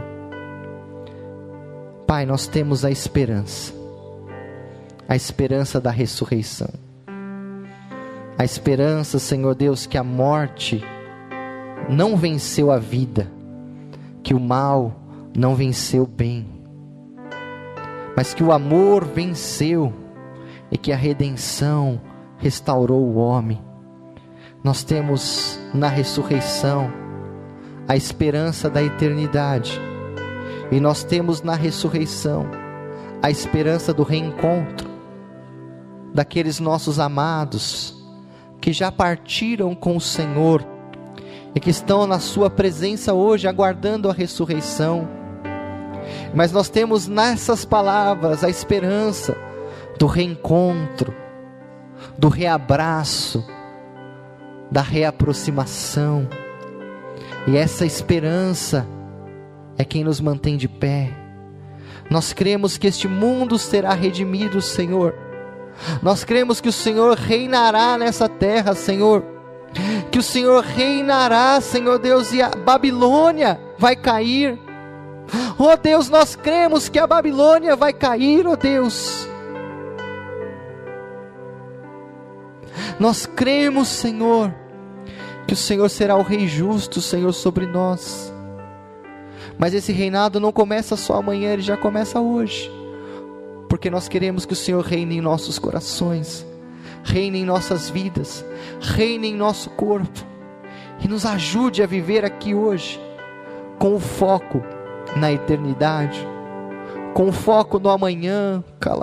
Pai, nós temos a esperança, a esperança da ressurreição, a esperança, Senhor Deus, que a morte não venceu a vida, que o mal não venceu o bem, mas que o amor venceu, e que a redenção restaurou o homem. Nós temos na ressurreição a esperança da eternidade, e nós temos na ressurreição a esperança do reencontro daqueles nossos amados que já partiram com o Senhor e que estão na sua presença hoje aguardando a ressurreição. Mas nós temos nessas palavras a esperança do reencontro, do reabraço, da reaproximação. E essa esperança é quem nos mantém de pé. Nós cremos que este mundo será redimido, Senhor. Nós cremos que o Senhor reinará nessa terra, Senhor. Que o Senhor reinará, Senhor Deus, e a Babilônia vai cair. Oh Deus, nós cremos que a Babilônia vai cair, oh Deus. Nós cremos, Senhor, que o Senhor será o Rei justo, Senhor, sobre nós. Mas esse reinado não começa só amanhã, ele já começa hoje. Porque nós queremos que o Senhor reine em nossos corações, reine em nossas vidas, reine em nosso corpo, e nos ajude a viver aqui hoje, com o foco na eternidade, com foco no amanhã,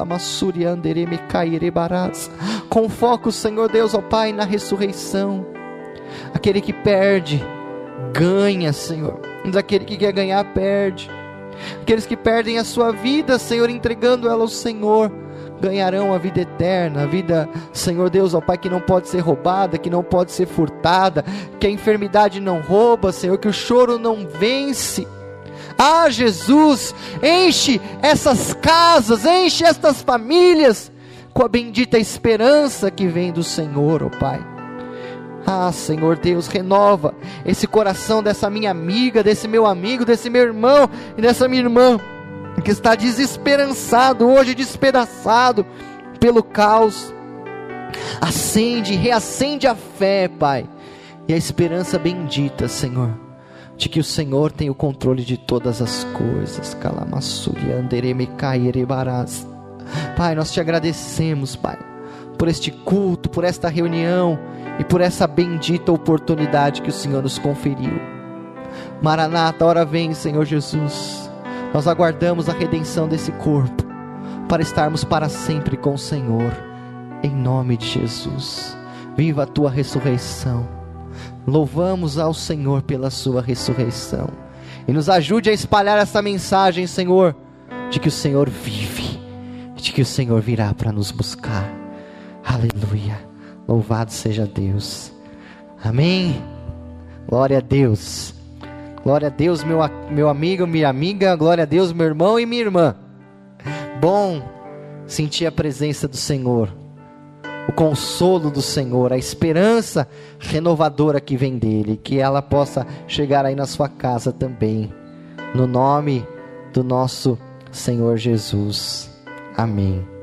com foco, Senhor Deus, ó Pai, na ressurreição. Aquele que perde, ganha, Senhor. Aquele que quer ganhar, perde. Aqueles que perdem a sua vida, Senhor, entregando ela ao Senhor, ganharão a vida eterna, a vida, Senhor Deus, ó Pai, que não pode ser roubada, que não pode ser furtada, que a enfermidade não rouba, Senhor, que o choro não vence. Ah, Jesus, enche essas casas, enche estas famílias com a bendita esperança que vem do Senhor, ó Pai. Ah, Senhor Deus, renova esse coração dessa minha amiga, desse meu amigo, desse meu irmão e dessa minha irmã, que está desesperançado hoje, despedaçado pelo caos. Acende, reacende a fé, Pai, e a esperança bendita, Senhor, de que o Senhor tem o controle de todas as coisas. Pai, nós te agradecemos, Pai, por este culto, por esta reunião e por essa bendita oportunidade que o Senhor nos conferiu. Maranata, a hora vem, Senhor Jesus. Nós aguardamos a redenção desse corpo, para estarmos para sempre com o Senhor, em nome de Jesus. Viva a tua ressurreição. Louvamos ao Senhor pela sua ressurreição, e nos ajude a espalhar essa mensagem, Senhor, de que o Senhor vive, de que o Senhor virá para nos buscar. Aleluia, louvado seja Deus, amém. Glória a Deus, glória a Deus, meu, meu amigo, minha amiga, glória a Deus, meu irmão e minha irmã. Bom sentir a presença do Senhor, o consolo do Senhor, a esperança renovadora que vem dele, que ela possa chegar aí na sua casa também, no nome do nosso Senhor Jesus, amém.